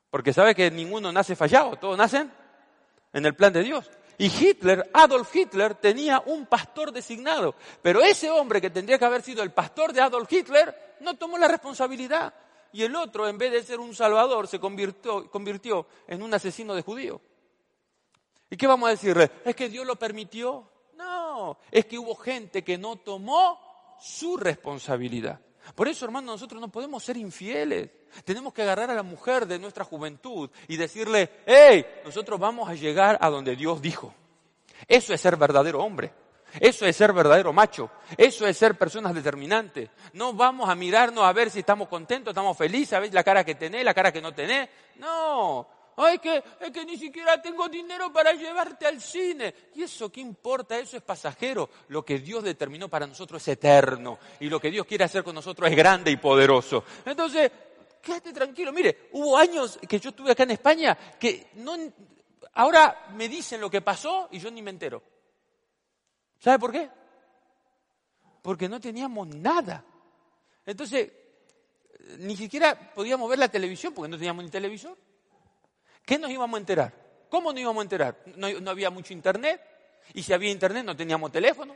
Porque sabe que ninguno nace fallado, todos nacen en el plan de Dios. Y Hitler, Adolf Hitler, tenía un pastor designado. Pero ese hombre que tendría que haber sido el pastor de Adolf Hitler, no tomó la responsabilidad. Y el otro, en vez de ser un salvador, se convirtió en un asesino de judíos. ¿Y qué vamos a decirle? ¿Es que Dios lo permitió? No, es que hubo gente que no tomó su responsabilidad. Por eso, hermano, nosotros no podemos ser infieles. Tenemos que agarrar a la mujer de nuestra juventud y decirle, hey, nosotros vamos a llegar a donde Dios dijo. Eso es ser verdadero hombre. Eso es ser verdadero macho. Eso es ser personas determinantes. No vamos a mirarnos a ver si estamos contentos, estamos felices, a ver la cara que tenés, la cara que no tenés. No. Ay, es que ni siquiera tengo dinero para llevarte al cine. ¿Y eso qué importa? Eso es pasajero. Lo que Dios determinó para nosotros es eterno. Y lo que Dios quiere hacer con nosotros es grande y poderoso. Entonces, quédate tranquilo. Mire, hubo años que yo estuve acá en España que ahora me dicen lo que pasó y yo ni me entero. ¿Sabe por qué? Porque no teníamos nada. Entonces, ni siquiera podíamos ver la televisión porque no teníamos ni televisor. ¿Qué nos íbamos a enterar? ¿Cómo nos íbamos a enterar? No había mucho internet. Y si había internet no teníamos teléfono.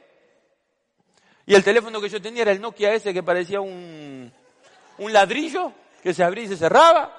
Y el teléfono que yo tenía era el Nokia ese que parecía un ladrillo que se abría y se cerraba.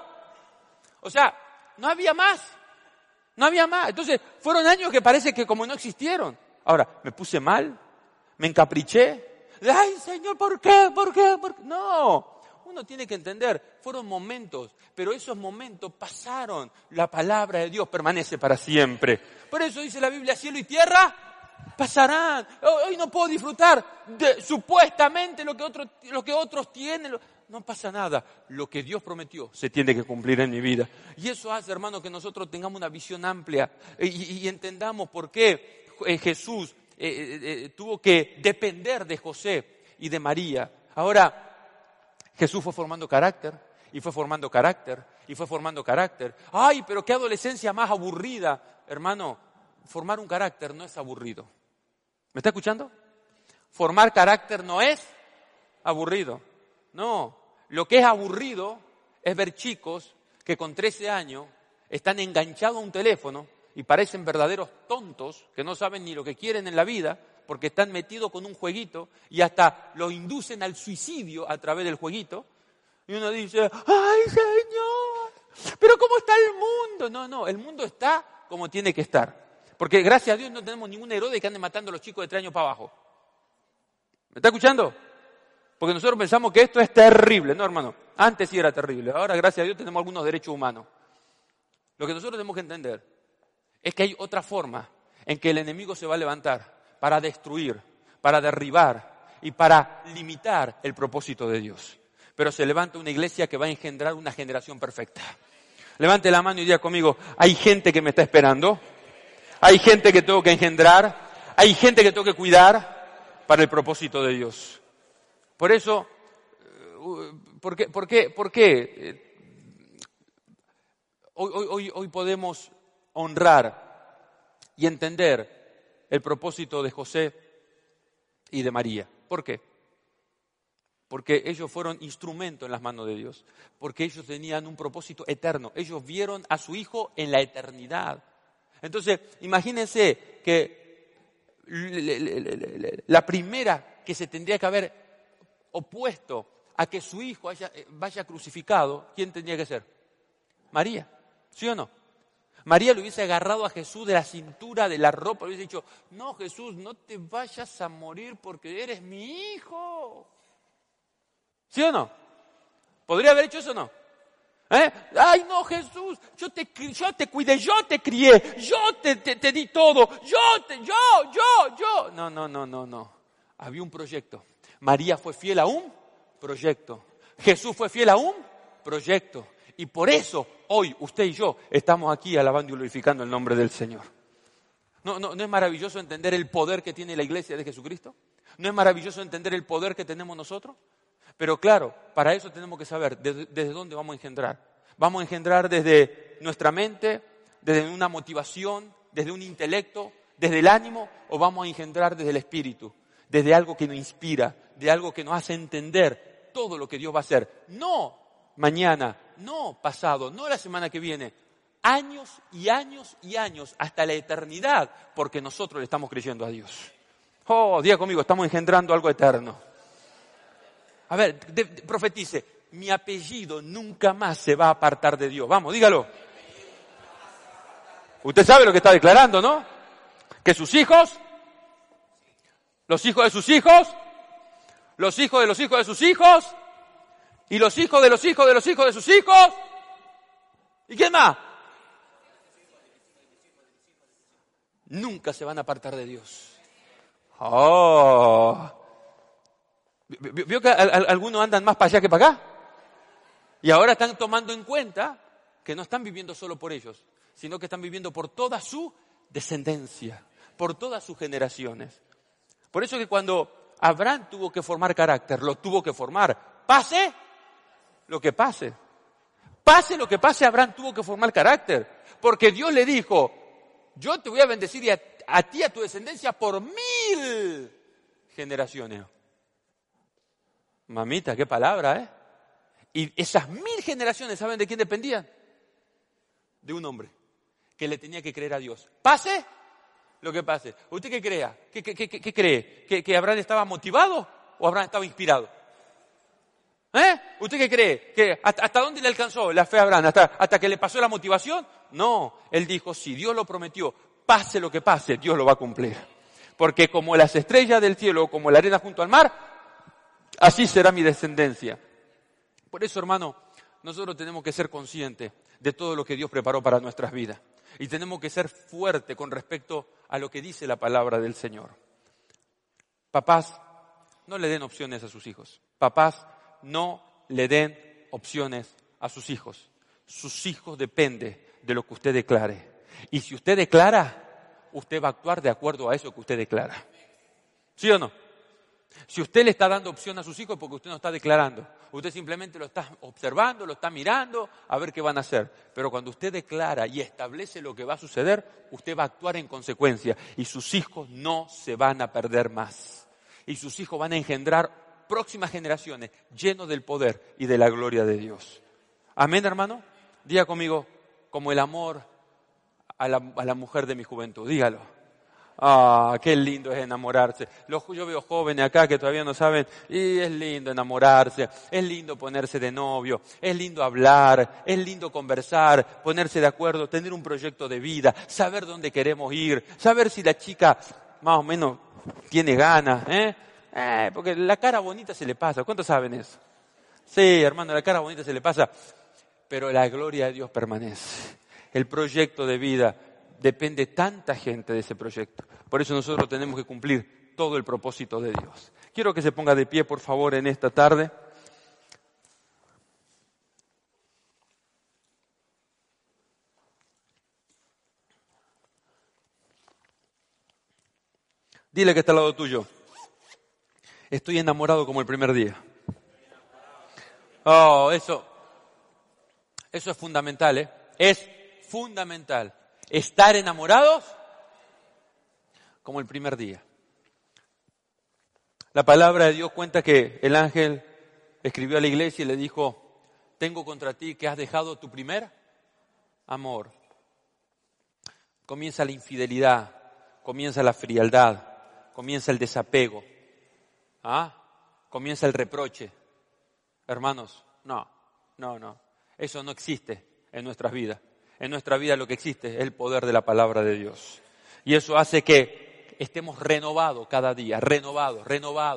O sea, no había más. No había más. Entonces, fueron años que parece que como no existieron. Ahora, me puse mal, me encapriché. ¡Ay, Señor, ¿por qué? ¿Por qué? ¿Por qué? No. Uno tiene que entender, fueron momentos, pero esos momentos pasaron. La palabra de Dios permanece para siempre. Por eso dice la Biblia, cielo y tierra pasarán. Hoy no puedo disfrutar de supuestamente lo que otros tienen. No pasa nada. Lo que Dios prometió se tiene que cumplir en mi vida. Y eso hace, hermano, que nosotros tengamos una visión amplia y entendamos por qué Jesús tuvo que depender de José y de María. Ahora, Jesús fue formando carácter, y fue formando carácter, y fue formando carácter. ¡Ay, pero qué adolescencia más aburrida! Hermano, formar un carácter no es aburrido. ¿Me está escuchando? Formar carácter no es aburrido. No, lo que es aburrido es ver chicos que con 13 años están enganchados a un teléfono y parecen verdaderos tontos, que no saben ni lo que quieren en la vida, porque están metidos con un jueguito y hasta los inducen al suicidio a través del jueguito. Y uno dice, ¡ay, Señor! ¿Pero cómo está el mundo? No, el mundo está como tiene que estar. Porque gracias a Dios no tenemos ningún Herodes que ande matando a los chicos de 3 años para abajo. ¿Me está escuchando? Porque nosotros pensamos que esto es terrible. No, hermano, antes sí era terrible. Ahora, gracias a Dios, tenemos algunos derechos humanos. Lo que nosotros tenemos que entender es que hay otra forma en que el enemigo se va a levantar para destruir, para derribar y para limitar el propósito de Dios. Pero se levanta una iglesia que va a engendrar una generación perfecta. Levante la mano y diga conmigo, hay gente que me está esperando, hay gente que tengo que engendrar, hay gente que tengo que cuidar para el propósito de Dios. Por eso, ¿por qué? Hoy podemos honrar y entender el propósito de José y de María. ¿Por qué? Porque ellos fueron instrumento en las manos de Dios. Porque ellos tenían un propósito eterno. Ellos vieron a su hijo en la eternidad. Entonces, imagínense que la primera que se tendría que haber opuesto a que su hijo vaya crucificado, ¿quién tendría que ser? María, ¿sí o no? María le hubiese agarrado a Jesús de la cintura, de la ropa, le hubiese dicho, no, Jesús, no te vayas a morir porque eres mi hijo. ¿Sí o no? ¿Podría haber hecho eso o no? Ay, no, Jesús, yo te cuidé, yo te crié, yo te di todo, yo. No. Había un proyecto. María fue fiel a un proyecto. Jesús fue fiel a un proyecto. Y por eso hoy usted y yo estamos aquí alabando y glorificando el nombre del Señor. ¿No es maravilloso entender el poder que tiene la iglesia de Jesucristo? ¿No es maravilloso entender el poder que tenemos nosotros? Pero claro, para eso tenemos que saber desde dónde vamos a engendrar. Vamos a engendrar desde nuestra mente, desde una motivación, desde un intelecto, desde el ánimo, o vamos a engendrar desde el espíritu, desde algo que nos inspira, de algo que nos hace entender todo lo que Dios va a hacer. No mañana, no pasado, no la semana que viene, años y años y años, hasta la eternidad, porque nosotros le estamos creyendo a Dios. Oh, diga conmigo, estamos engendrando algo eterno. A ver, profetice, mi apellido nunca más se va a apartar de Dios. Vamos, dígalo. Usted sabe lo que está declarando, ¿no? Que sus hijos, los hijos de sus hijos, los hijos de los hijos de sus hijos, y los hijos de los hijos de los hijos de sus hijos. ¿Y quién más? Nunca se van a apartar de Dios. Oh. ¿Vio que algunos andan más para allá que para acá? Y ahora están tomando en cuenta que no están viviendo solo por ellos, sino que están viviendo por toda su descendencia, por todas sus generaciones. Por eso que cuando Abraham tuvo que formar carácter, lo tuvo que formar. Pase lo que pase. Pase lo que pase, Abraham tuvo que formar carácter. Porque Dios le dijo, yo te voy a bendecir a ti y a tu descendencia por 1000 generaciones. Mamita, qué palabra, ¿eh? Y esas 1000 generaciones, ¿saben de quién dependían? De un hombre que le tenía que creer a Dios. Pase lo que pase. ¿Usted qué crea? ¿Qué cree? ¿Que Abraham estaba motivado o Abraham estaba inspirado? ¿Usted qué cree? ¿Que hasta dónde le alcanzó la fe a Abraham? ¿Hasta que le pasó la motivación? No, él dijo, si Dios lo prometió, pase lo que pase, Dios lo va a cumplir. Porque como las estrellas del cielo, como la arena junto al mar, así será mi descendencia. Por eso, hermano, nosotros tenemos que ser conscientes de todo lo que Dios preparó para nuestras vidas. Y tenemos que ser fuertes con respecto a lo que dice la palabra del Señor. Papás, no le den opciones a sus hijos. Papás, no le den opciones a sus hijos. Sus hijos dependen de lo que usted declare. Y si usted declara, usted va a actuar de acuerdo a eso que usted declara. ¿Sí o no? Si usted le está dando opción a sus hijos es porque usted no está declarando. Usted simplemente lo está observando, lo está mirando a ver qué van a hacer. Pero cuando usted declara y establece lo que va a suceder, usted va a actuar en consecuencia. Y sus hijos no se van a perder más. Y sus hijos van a engendrar próximas generaciones llenos del poder y de la gloria de Dios. Amén, hermano. Diga conmigo, como el amor a la mujer de mi juventud. Dígalo. Ah, qué lindo es enamorarse. Yo veo jóvenes acá que todavía no saben, y es lindo enamorarse, es lindo ponerse de novio, es lindo hablar, es lindo conversar, ponerse de acuerdo, tener un proyecto de vida, saber dónde queremos ir, saber si la chica más o menos tiene ganas, porque la cara bonita se le pasa. ¿Cuántos saben eso? Sí, hermano, la cara bonita se le pasa, pero la gloria de Dios permanece. El proyecto de vida depende tanta gente de ese proyecto. Por eso nosotros tenemos que cumplir todo el propósito de Dios. Quiero que se ponga de pie, por favor, en esta tarde. Dile que está al lado tuyo. Estoy enamorado como el primer día. Oh, eso es fundamental, ¿eh? Es fundamental. Estar enamorados como el primer día. La palabra de Dios cuenta que el ángel escribió a la iglesia y le dijo, tengo contra ti que has dejado tu primer amor. Comienza la infidelidad, comienza la frialdad, comienza el desapego, comienza el reproche. Hermanos, no. Eso no existe en nuestras vidas. En nuestra vida lo que existe es el poder de la palabra de Dios. Y eso hace que estemos renovados cada día, renovados,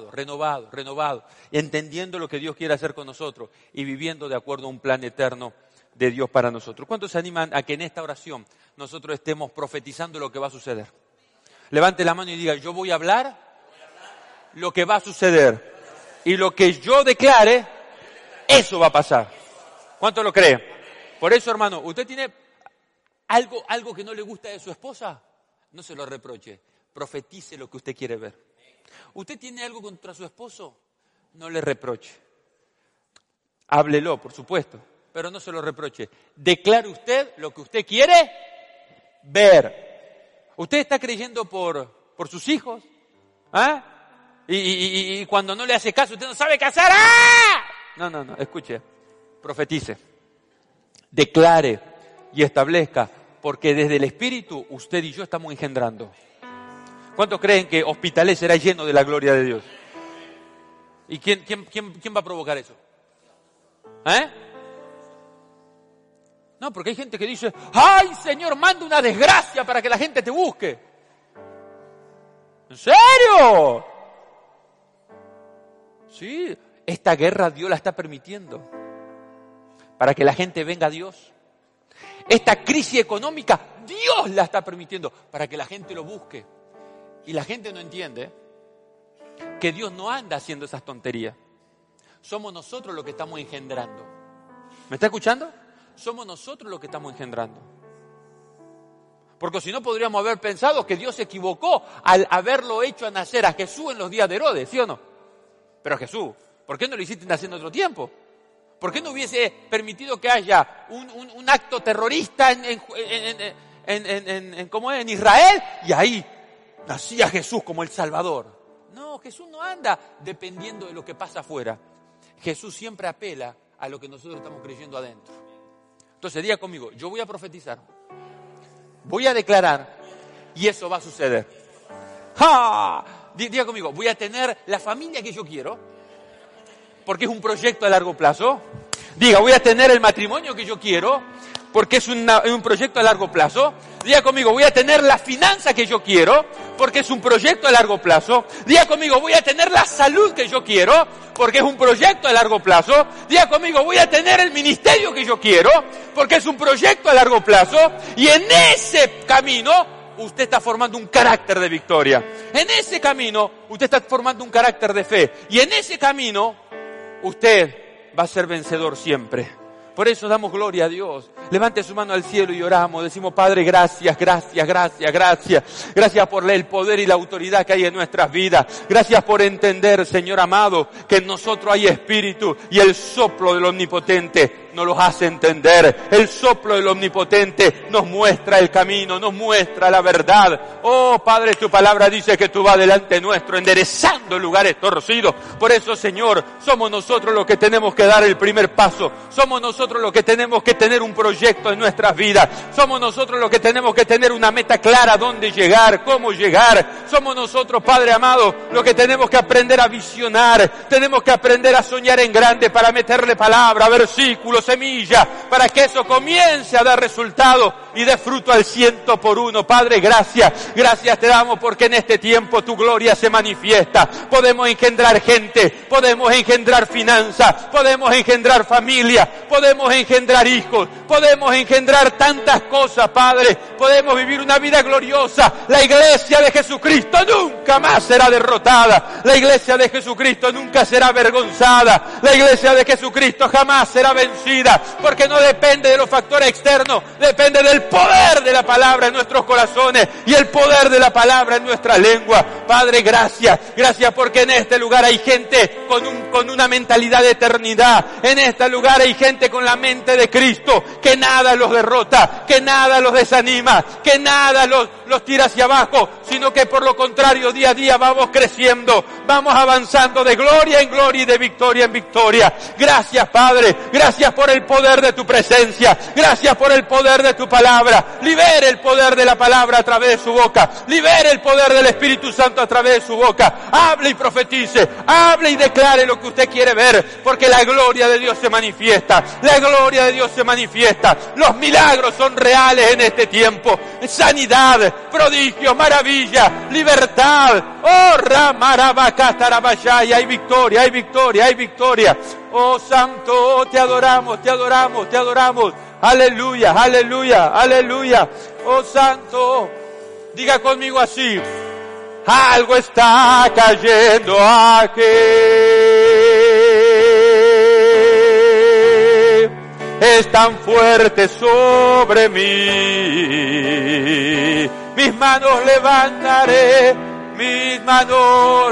entendiendo lo que Dios quiere hacer con nosotros y viviendo de acuerdo a un plan eterno de Dios para nosotros. ¿Cuántos se animan a que en esta oración nosotros estemos profetizando lo que va a suceder? Levante la mano y diga, yo voy a hablar lo que va a suceder. Y lo que yo declare, eso va a pasar. ¿Cuánto lo cree? Por eso, hermano, usted tiene algo que no le gusta de su esposa, no se lo reproche. Profetice lo que usted quiere ver. ¿Usted tiene algo contra su esposo? No le reproche. Háblelo, por supuesto, pero no se lo reproche. Declare usted lo que usted quiere ver. ¿Usted está creyendo por sus hijos? Y cuando no le hace caso, usted no sabe qué hacer. No, escuche. profetice, declare y establezca, porque desde el Espíritu usted y yo estamos engendrando. ¿Cuántos creen que Hospitalet será lleno de la gloria de Dios? ¿Y quién va a provocar eso? No, porque hay gente que dice, ¡ay, Señor, manda una desgracia para que la gente te busque! ¿En serio? Sí, esta guerra Dios la está permitiendo para que la gente venga a Dios. Esta crisis económica Dios la está permitiendo para que la gente lo busque. Y la gente no entiende que Dios no anda haciendo esas tonterías. Somos nosotros los que estamos engendrando. ¿Me está escuchando? Somos nosotros los que estamos engendrando. Porque si no podríamos haber pensado que Dios se equivocó al haberlo hecho nacer a Jesús en los días de Herodes, ¿sí o no? Pero Jesús, ¿por qué no lo hiciste nacer en otro tiempo? ¿Por qué no hubiese permitido que haya un acto terrorista en Israel y ahí nacía Jesús como el Salvador? No, Jesús no anda dependiendo de lo que pasa afuera. Jesús siempre apela a lo que nosotros estamos creyendo adentro. Entonces diga conmigo, yo voy a profetizar, voy a declarar y eso va a suceder. ¡Ja! Diga conmigo, voy a tener la familia que yo quiero, porque es un proyecto a largo plazo. Diga, voy a tener el matrimonio que yo quiero, porque es un proyecto a largo plazo. Diga conmigo, voy a tener la finanza que yo quiero, porque es un proyecto a largo plazo. Diga conmigo, voy a tener la salud que yo quiero, porque es un proyecto a largo plazo. Diga conmigo, voy a tener el ministerio que yo quiero, porque es un proyecto a largo plazo. Y en ese camino, usted está formando un carácter de victoria. En ese camino, usted está formando un carácter de fe. Y en ese camino, usted va a ser vencedor siempre. Por eso damos gloria a Dios. Levante su mano al cielo y oramos. Decimos, Padre, gracias, gracias, gracias, gracias. Gracias por el poder y la autoridad que hay en nuestras vidas. Gracias por entender, Señor amado, que en nosotros hay espíritu y el soplo del Omnipotente nos los hace entender. El soplo del Omnipotente nos muestra el camino, nos muestra la verdad. Oh, Padre, tu palabra dice que tú vas delante nuestro, enderezando lugares torcidos. Por eso, Señor, somos nosotros los que tenemos que dar el primer paso. Somos nosotros los que tenemos que tener un proyecto en nuestras vidas. Somos nosotros los que tenemos que tener una meta clara, dónde llegar, cómo llegar. Somos nosotros, Padre amado, los que tenemos que aprender a visionar. Tenemos que aprender a soñar en grande para meterle palabra, versículos, semilla, para que eso comience a dar resultado y dé fruto al 100%. Padre, gracias. Gracias te damos porque en este tiempo tu gloria se manifiesta. Podemos engendrar gente, podemos engendrar finanzas, podemos engendrar familia, podemos engendrar hijos, podemos engendrar tantas cosas, Padre. Podemos vivir una vida gloriosa. La iglesia de Jesucristo nunca más será derrotada. La iglesia de Jesucristo nunca será avergonzada. La iglesia de Jesucristo jamás será vencida, porque no depende de los factores externos, depende del poder de la palabra en nuestros corazones y el poder de la palabra en nuestra lengua. Padre, gracias. Gracias porque en este lugar hay gente con una mentalidad de eternidad. En este lugar hay gente con la mente de Cristo, que nada los derrota, que nada los desanima, que nada los tira hacia abajo, sino que por lo contrario día a día vamos creciendo, vamos avanzando de gloria en gloria y de victoria en victoria. Gracias, Padre, gracias por el poder de tu presencia, gracias por el poder de tu palabra. Libere el poder de la palabra a través de su boca, libere el poder del Espíritu Santo a través de su boca. Hable y profetice, hable y declare lo que usted quiere ver, porque la gloria de Dios se manifiesta, la gloria de Dios se manifiesta. Los milagros son reales en este tiempo. Sanidad, prodigio, maravilla, libertad. Oh, Ramarabacatarabayay, hay victoria, hay victoria, hay victoria. Oh, Santo, te adoramos, te adoramos, te adoramos. Aleluya, aleluya, aleluya. Oh, Santo, diga conmigo así: algo está cayendo aquí. Es tan fuerte sobre mí. Mis manos levantaré, mis manos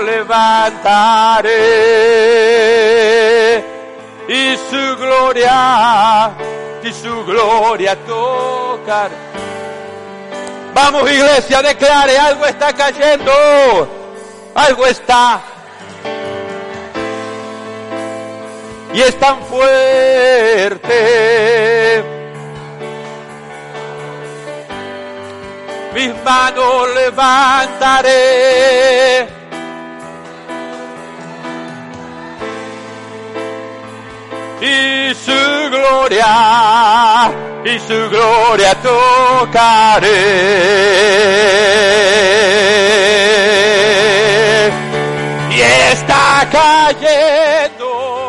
levantaré. Y su gloria tocar. Vamos, iglesia, declare: algo está cayendo, algo está. y es tan fuerte. Mis manos levantaré y su gloria tocaré. Y está cayendo